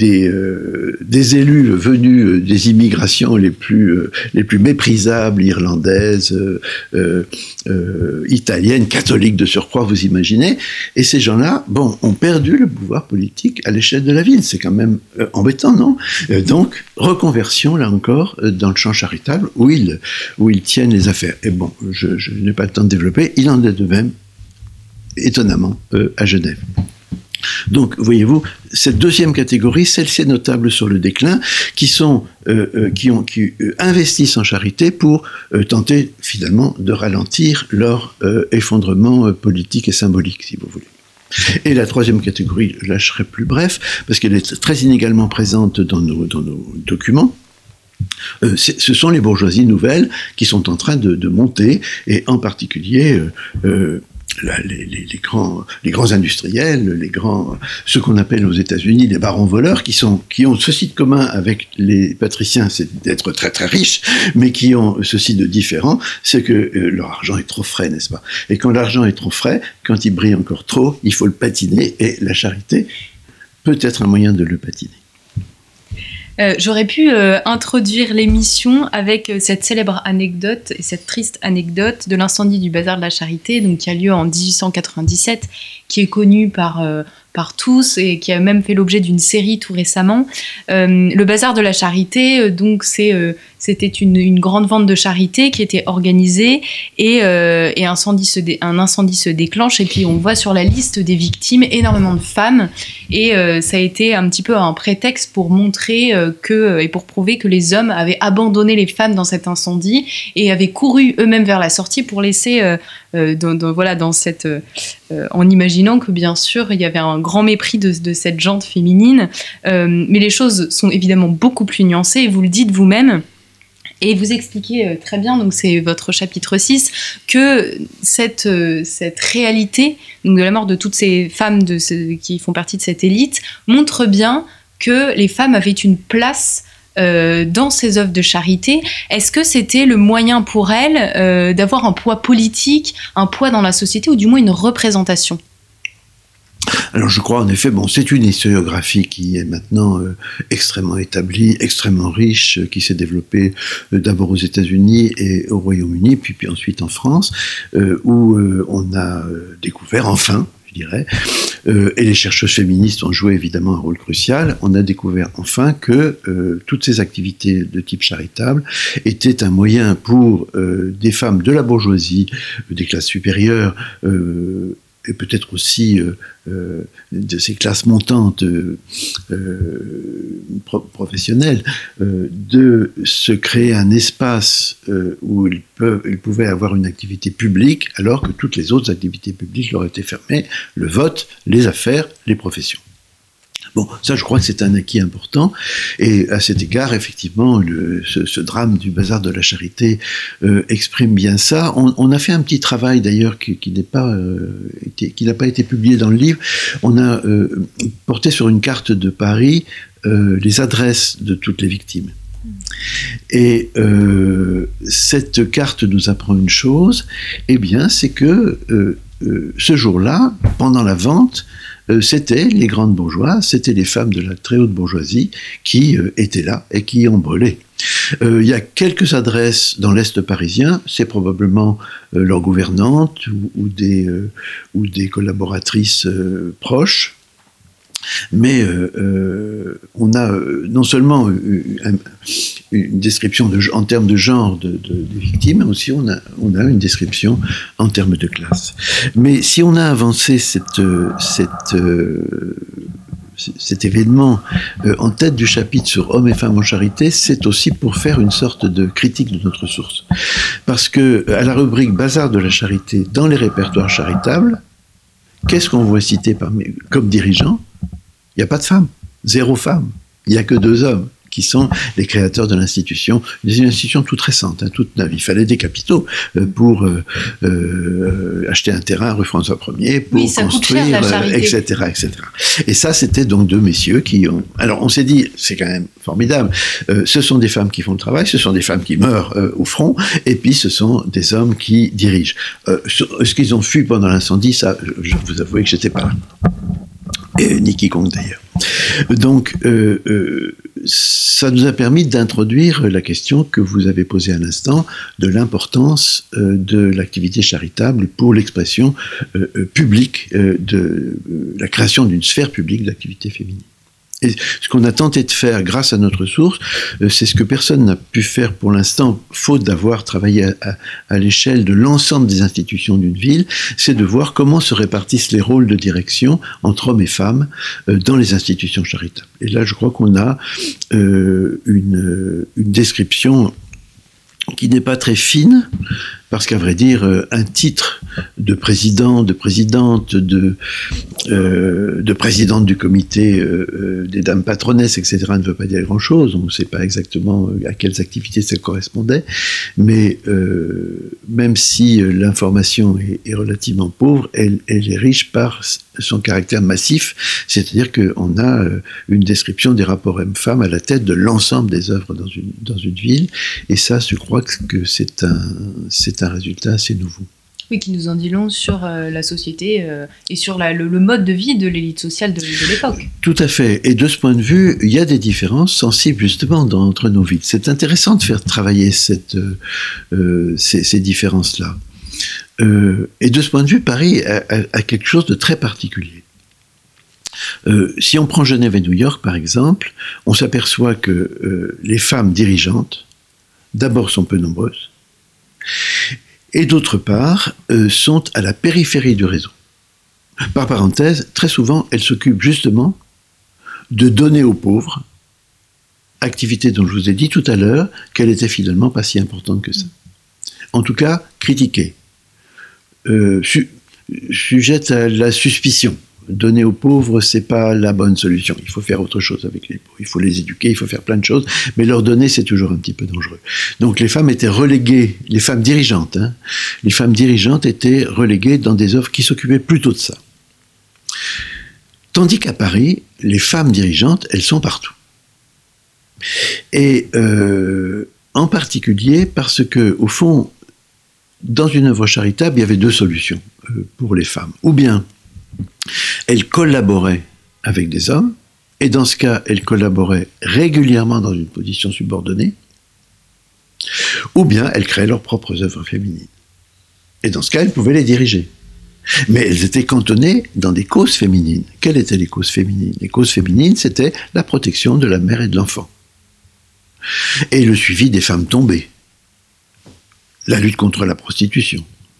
[SPEAKER 3] élus venus des immigrations les plus méprisables, irlandaises, italiennes, catholiques de surcroît, vous imaginez. Et ces gens-là, ont perdu le pouvoir politique à l'échelle de la ville. C'est quand même embêtant, non? Donc, reconversion, là encore, dans le champ charitable, où ils tiennent les affaires. Et je n'ai pas le temps de développer. Il en est de même, étonnamment, à Genève. Donc, voyez-vous, cette deuxième catégorie, celle-ci notable sur le déclin, qui investissent en charité pour tenter finalement de ralentir leur effondrement politique et symbolique, si vous voulez. Et la troisième catégorie, là je serai plus bref, parce qu'elle est très inégalement présente dans nos documents. Ce sont les bourgeoisies nouvelles qui sont en train de monter, et en particulier les grands industriels, ceux qu'on appelle aux États-Unis les barons voleurs, qui ont ceci de commun avec les patriciens, c'est d'être très très riches, mais qui ont ceci de différent, c'est que leur argent est trop frais, n'est-ce pas? Et quand l'argent est trop frais, quand il brille encore trop, il faut le patiner, et la charité peut être un moyen de le patiner.
[SPEAKER 2] J'aurais pu introduire l'émission avec cette célèbre anecdote et cette triste anecdote de l'incendie du bazar de la Charité, donc qui a lieu en 1897, qui est connu par tous et qui a même fait l'objet d'une série tout récemment. Le bazar de la Charité, donc c'était une grande vente de charité qui était organisée et un incendie se déclenche, et puis on voit sur la liste des victimes énormément de femmes, et ça a été un petit peu un prétexte pour montrer et pour prouver que les hommes avaient abandonné les femmes dans cet incendie et avaient couru eux-mêmes vers la sortie pour laisser en imaginant que bien sûr il y avait un grand mépris de cette gente féminine, mais les choses sont évidemment beaucoup plus nuancées, et vous le dites vous-même. Et vous expliquez très bien, donc c'est votre chapitre 6, que cette réalité, donc de la mort de toutes ces femmes qui font partie de cette élite, montre bien que les femmes avaient une place dans ces œuvres de charité, est-ce que c'était le moyen pour elles d'avoir un poids politique, un poids dans la société, ou du moins une représentation ?
[SPEAKER 3] Alors je crois en effet, c'est une historiographie qui est maintenant extrêmement établie, extrêmement riche, qui s'est développée d'abord aux États-Unis et au Royaume-Uni, puis ensuite en France, où on a découvert enfin, je dirais, et les chercheuses féministes ont joué évidemment un rôle crucial, on a découvert enfin que toutes ces activités de type charitable étaient un moyen pour des femmes de la bourgeoisie, des classes supérieures, et peut-être aussi de ces classes montantes professionnelles, de se créer un espace où ils pouvaient avoir une activité publique, alors que toutes les autres activités publiques leur étaient fermées, le vote, les affaires, les professions. Bon, ça je crois que c'est un acquis important, et à cet égard, effectivement, ce drame du bazar de la charité exprime bien ça. On a fait un petit travail d'ailleurs qui n'a pas été publié dans le livre. On a porté sur une carte de Paris les adresses de toutes les victimes. Et cette carte nous apprend une chose, eh bien, c'est que ce jour-là, pendant la vente, c'était les grandes bourgeoises, c'était les femmes de la très haute bourgeoisie qui étaient là et qui ont brûlé. Il y a quelques adresses dans l'Est parisien, c'est probablement leurs gouvernantes ou des collaboratrices proches. Mais on a non seulement une description en termes de genre des victimes, mais aussi on a une description en termes de classe. Mais si on a avancé cet événement en tête du chapitre sur hommes et femmes en charité, c'est aussi pour faire une sorte de critique de notre source. Parce que à la rubrique Bazar de la charité dans les répertoires charitables, qu'est-ce qu'on voit citer comme dirigeants ? Il n'y a pas de femmes, 0 femme. Il n'y a que 2 hommes qui sont les créateurs de l'institution. C'est une institution toute récente, toute neuve. Il fallait des capitaux pour acheter un terrain rue François Ier, pour construire, etc., etc. Et ça, c'était donc 2 messieurs qui ont... Alors, on s'est dit, c'est quand même formidable, ce sont des femmes qui font le travail, ce sont des femmes qui meurent au front, et puis ce sont des hommes qui dirigent. Ce qu'ils ont fui pendant l'incendie, ça, je vous avoue que j'étais pas là. Et ni quiconque d'ailleurs. Donc, ça nous a permis d'introduire la question que vous avez posée à l'instant de l'importance de l'activité charitable pour l'expression publique de la création d'une sphère publique d'activité féminine. Et ce qu'on a tenté de faire grâce à notre source, c'est ce que personne n'a pu faire pour l'instant, faute d'avoir travaillé à l'échelle de l'ensemble des institutions d'une ville, c'est de voir comment se répartissent les rôles de direction entre hommes et femmes dans les institutions charitables. Et là, je crois qu'on a une description qui n'est pas très fine, parce qu'à vrai dire, un titre de président, de présidente, de présidente du comité des dames patronesses, etc., ne veut pas dire grand-chose. On ne sait pas exactement à quelles activités ça correspondait, mais même si l'information est relativement pauvre, elle est riche par son caractère massif, c'est-à-dire qu'on a une description des rapports hommes-femmes à la tête de l'ensemble des œuvres dans une ville, et ça, je crois que c'est un résultat assez nouveau.
[SPEAKER 2] Oui, qui nous en dit long sur la société et sur le mode de vie de l'élite sociale de l'époque.
[SPEAKER 3] Tout à fait. Et de ce point de vue, il y a des différences sensibles justement entre nos villes. C'est intéressant de faire travailler ces différences-là. Et de ce point de vue, Paris a quelque chose de très particulier. Si on prend Genève et New York, par exemple, on s'aperçoit que les femmes dirigeantes, d'abord, sont peu nombreuses, et d'autre part, sont à la périphérie du réseau. Par parenthèse, très souvent, elles s'occupent justement de donner aux pauvres, activité dont je vous ai dit tout à l'heure qu'elle était finalement pas si importante que ça. En tout cas, critiquée, sujette à la suspicion. Donner aux pauvres, c'est pas la bonne solution. Il faut faire autre chose avec les pauvres. Il faut les éduquer, il faut faire plein de choses, mais leur donner, c'est toujours un petit peu dangereux. Donc les femmes étaient reléguées, les femmes dirigeantes, les femmes dirigeantes étaient reléguées dans des œuvres qui s'occupaient plutôt de ça. Tandis qu'à Paris, les femmes dirigeantes, elles sont partout. Et en particulier parce que, au fond, dans une œuvre charitable, il y avait deux solutions pour les femmes. Ou bien elles collaboraient avec des hommes, et dans ce cas, elles collaboraient régulièrement dans une position subordonnée, ou bien elles créaient leurs propres œuvres féminines. Et dans ce cas, elles pouvaient les diriger. Mais elles étaient cantonnées dans des causes féminines. Quelles étaient les causes féminines? Les causes féminines, c'était la protection de la mère et de l'enfant. Et le suivi des femmes tombées. La lutte contre la prostitution.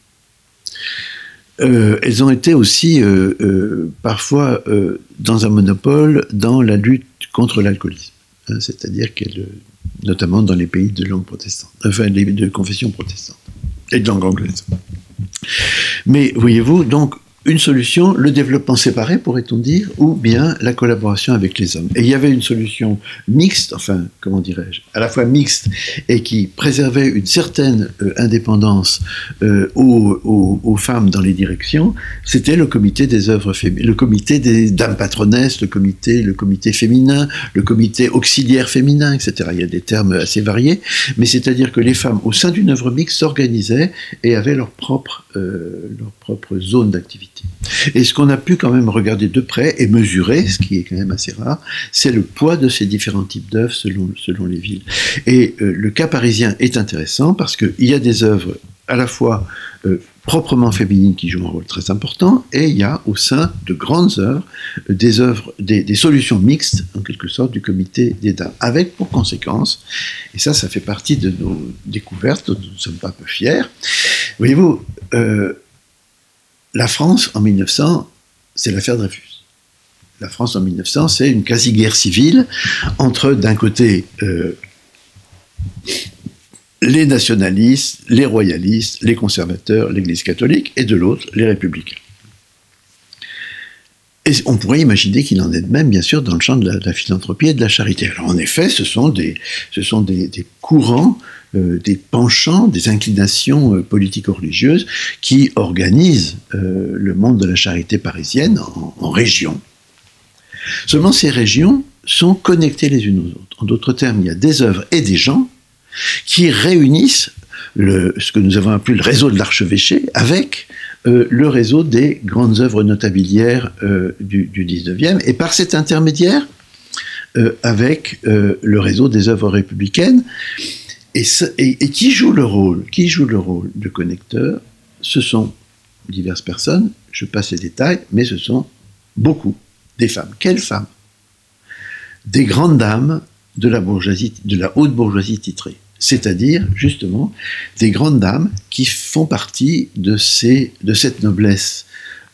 [SPEAKER 3] Elles ont été aussi parfois dans un monopole dans la lutte contre l'alcoolisme. Hein, c'est-à-dire qu'elles, notamment dans les pays de langue protestante, enfin de confession protestante et de langue anglaise. Mais voyez-vous, donc une solution, le développement séparé, pourrait-on dire, ou bien la collaboration avec les hommes. Et il y avait une solution mixte, enfin, comment dirais-je, à la fois mixte et qui préservait une certaine indépendance aux femmes dans les directions, c'était le comité des œuvres féminines, le comité des dames patronesses, le comité féminin, le comité auxiliaire féminin, etc. Il y a des termes assez variés, mais c'est-à-dire que les femmes, au sein d'une œuvre mixte, s'organisaient et avaient leur propre zone d'activité. Et ce qu'on a pu quand même regarder de près et mesurer, ce qui est quand même assez rare, c'est le poids de ces différents types d'œuvres selon les villes. Et le cas parisien est intéressant parce qu'il y a des œuvres à la fois proprement féminines qui jouent un rôle très important, et il y a au sein de grandes œuvres des solutions mixtes, en quelque sorte, du comité des dames, avec pour conséquence, et ça fait partie de nos découvertes, dont nous ne sommes pas peu fiers. Voyez-vous, la France, en 1900, c'est l'affaire Dreyfus. La France, en 1900, c'est une quasi-guerre civile entre, d'un côté, les nationalistes, les royalistes, les conservateurs, l'Église catholique, et de l'autre, les républicains. Et on pourrait imaginer qu'il en est de même, bien sûr, dans le champ de la philanthropie et de la charité. Alors, en effet, ce sont des courants, des penchants, des inclinations politico-religieuses qui organisent le monde de la charité parisienne en régions. Seulement, ces régions sont connectées les unes aux autres. En d'autres termes, il y a des œuvres et des gens qui réunissent ce que nous avons appelé le réseau de l'archevêché avec le réseau des grandes œuvres notabilières du 19e, et par cet intermédiaire, avec le réseau des œuvres républicaines, et qui joue le rôle de connecteur. Ce sont diverses personnes, je passe les détails, mais ce sont beaucoup des femmes. Quelles femmes? Des grandes dames de la bourgeoisie, de la haute bourgeoisie titrée. C'est-à-dire, justement, des grandes dames qui font partie de cette noblesse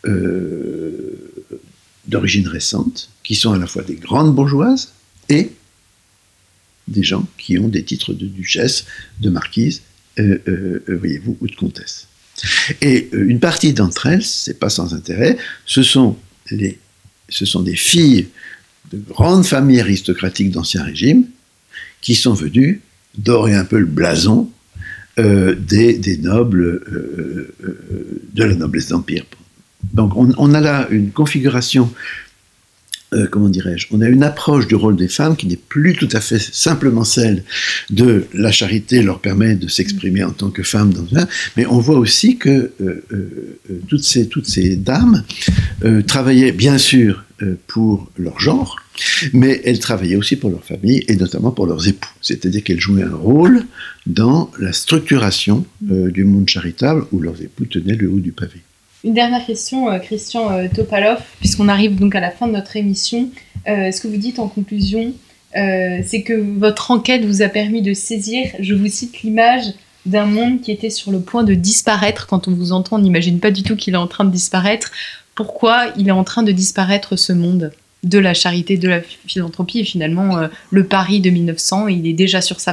[SPEAKER 3] d'origine récente, qui sont à la fois des grandes bourgeoises et des gens qui ont des titres de duchesse, de marquise, voyez-vous, ou de comtesse. Et une partie d'entre elles, c'est pas sans intérêt, ce sont des filles de grandes familles aristocratiques d'Ancien Régime qui sont venues dorer un peu le blason des nobles de la noblesse d'Empire. Donc on a là une configuration, comment dirais-je, on a une approche du rôle des femmes qui n'est plus tout à fait simplement celle de la charité leur permet de s'exprimer en tant que femmes, mais on voit aussi que toutes ces dames travaillaient bien sûr pour leur genre, mais elles travaillaient aussi pour leur famille et notamment pour leurs époux. C'est-à-dire qu'elles jouaient un rôle dans la structuration du monde charitable où leurs époux tenaient le haut du pavé.
[SPEAKER 2] Une dernière question, Christian Topalov, puisqu'on arrive donc à la fin de notre émission. Ce que vous dites en conclusion, c'est que votre enquête vous a permis de saisir, je vous cite, l'image d'un monde qui était sur le point de disparaître. Quand on vous entend, on n'imagine pas du tout qu'il est en train de disparaître. Pourquoi il est en train de disparaître, ce monde de la charité, de la philanthropie, et finalement le Paris de 1900, il est déjà sur sa fin.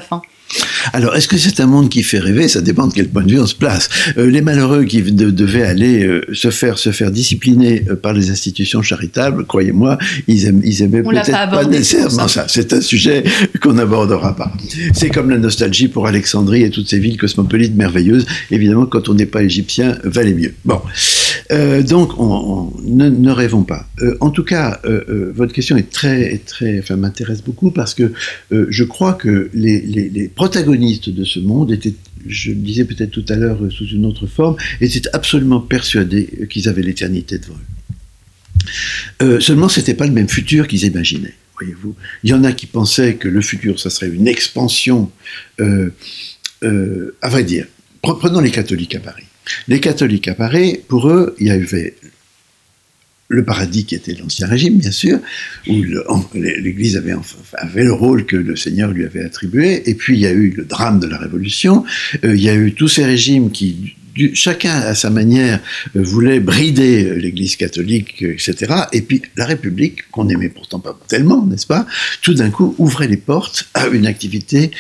[SPEAKER 3] Alors, est-ce que c'est un monde qui fait rêver? Ça dépend de quel point de vue on se place. Les malheureux qui devaient aller se faire discipliner par les institutions charitables, croyez-moi, ils aimaient peut-être pas nécessairement ça. C'est un sujet qu'on n'abordera pas. C'est comme la nostalgie pour Alexandrie et toutes ces villes cosmopolites merveilleuses. Évidemment, quand on n'est pas égyptien, valait mieux. Bon. Donc, ne rêvons pas. En tout cas, votre question m'intéresse beaucoup parce que je crois que les protagonistes de ce monde étaient, je le disais peut-être tout à l'heure sous une autre forme, étaient absolument persuadés qu'ils avaient l'éternité devant eux. Seulement, c'était pas le même futur qu'ils imaginaient. Voyez-vous, il y en a qui pensaient que le futur, ça serait une expansion. À vrai dire, prenons les catholiques à Paris. Les catholiques à Paris, pour eux, il y avait le paradis qui était l'Ancien Régime, bien sûr, où l'Église avait le rôle que le Seigneur lui avait attribué, et puis il y a eu le drame de la Révolution, il y a eu tous ces régimes qui, chacun à sa manière, voulait brider l'Église catholique, etc. Et puis la République, qu'on n'aimait pourtant pas tellement, n'est-ce pas, tout d'un coup ouvrait les portes à une activité,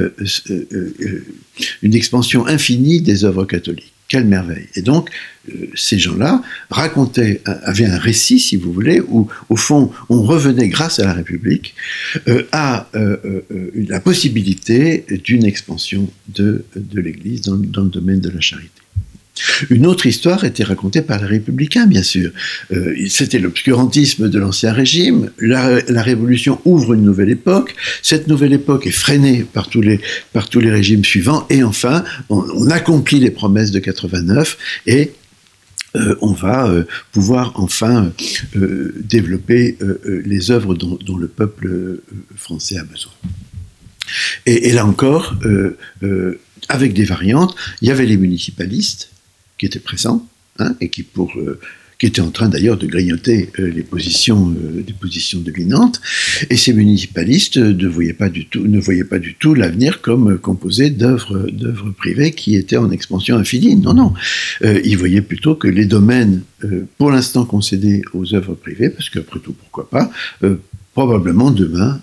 [SPEAKER 3] une expansion infinie des œuvres catholiques. Quelle merveille! Et donc, ces gens-là avaient un récit, si vous voulez, où, au fond, on revenait, grâce à la République, à la possibilité d'une expansion de l'Église dans le domaine de la charité. Une autre histoire était racontée par les républicains, bien sûr. C'était l'obscurantisme de l'Ancien Régime. La Révolution ouvre une nouvelle époque. Cette nouvelle époque est freinée par tous les régimes suivants. Et enfin, on accomplit les promesses de 89 et on va pouvoir enfin développer les œuvres dont le peuple français a besoin. Et là encore, avec des variantes, il y avait les municipalistes qui étaient présents, et qui étaient en train d'ailleurs de grignoter les positions dominantes, et ces municipalistes ne voyaient pas du tout l'avenir comme composé d'œuvres privées qui étaient en expansion infinie. Non. Ils voyaient plutôt que les domaines, pour l'instant concédés aux œuvres privées, parce qu'après tout, pourquoi pas, probablement demain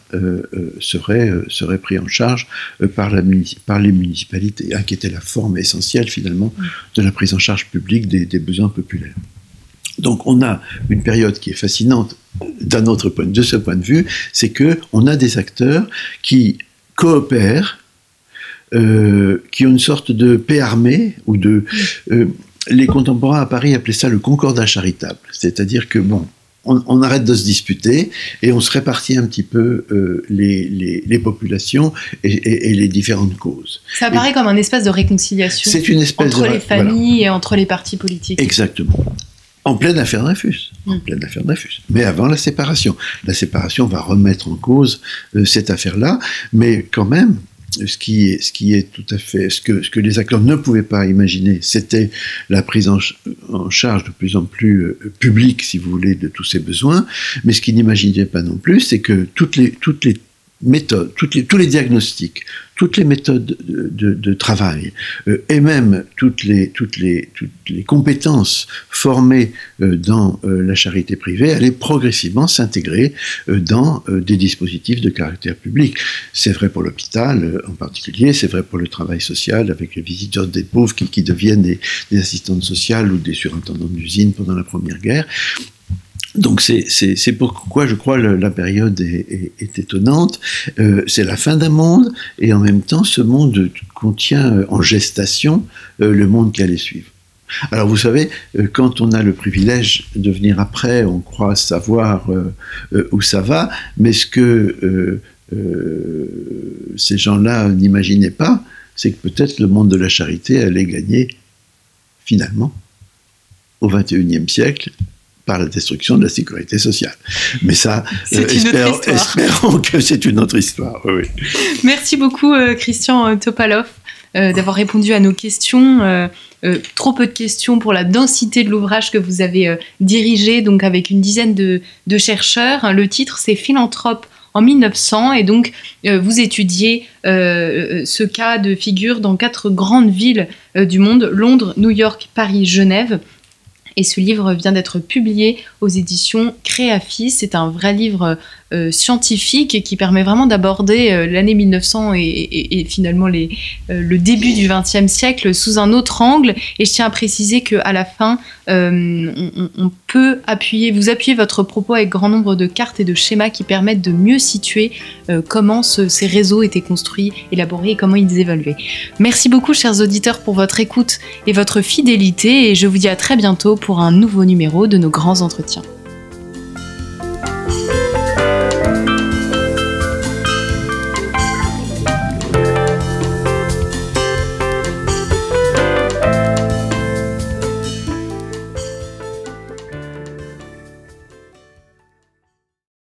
[SPEAKER 3] serait pris en charge par les municipalités, qui était la forme essentielle finalement de la prise en charge publique des besoins populaires. Donc on a une période qui est fascinante de ce point de vue, c'est qu'on a des acteurs qui coopèrent, qui ont une sorte de paix armée, ou les contemporains à Paris appelaient ça le concordat charitable, c'est-à-dire que on arrête de se disputer et on se répartit un petit peu les populations et les différentes causes.
[SPEAKER 2] Ça apparaît comme un espace de réconciliation entre les familles et entre les partis politiques.
[SPEAKER 3] Exactement. En pleine affaire Dreyfus. Mais avant la séparation. La séparation va remettre en cause cette affaire-là, mais quand même, ce qui est tout à fait, ce que les acteurs ne pouvaient pas imaginer, c'était la prise en charge de plus en plus publique, si vous voulez, de tous ces besoins. Mais ce qu'ils n'imaginaient pas non plus, c'est que toutes les méthodes, tous les diagnostics, toutes les méthodes de travail, et même toutes les compétences formées dans la charité privée allaient progressivement s'intégrer dans des dispositifs de caractère public. C'est vrai pour l'hôpital en particulier, c'est vrai pour le travail social avec les visiteurs des pauvres qui deviennent des assistantes sociales ou des surintendants d'usine pendant la Première Guerre. Donc c'est pourquoi je crois la période est étonnante. C'est la fin d'un monde et en même temps ce monde contient en gestation le monde qui allait suivre. Alors vous savez, quand on a le privilège de venir après, on croit savoir où ça va, mais ce que ces gens-là n'imaginaient pas, c'est que peut-être le monde de la charité allait gagner finalement au XXIe siècle par la destruction de la sécurité sociale. Mais ça, espérons que c'est une autre histoire. Oui.
[SPEAKER 2] Merci beaucoup, Christian Topalov, d'avoir répondu à nos questions. Trop peu de questions pour la densité de l'ouvrage que vous avez dirigé, donc avec une dizaine de chercheurs. Le titre, c'est « Philanthrope en 1900 », et donc vous étudiez ce cas de figure dans 4 grandes villes du monde, Londres, New York, Paris, Genève. Et ce livre vient d'être publié aux éditions Créafis. C'est un vrai livre scientifique qui permet vraiment d'aborder l'année 1900 et finalement le début du XXe siècle sous un autre angle. Et je tiens à préciser qu'à la fin, on peut vous appuyer votre propos avec grand nombre de cartes et de schémas qui permettent de mieux situer comment ces réseaux étaient construits, élaborés et comment ils évoluaient. Merci beaucoup, chers auditeurs, pour votre écoute et votre fidélité. Et je vous dis à très bientôt pour un nouveau numéro de nos grands entretiens.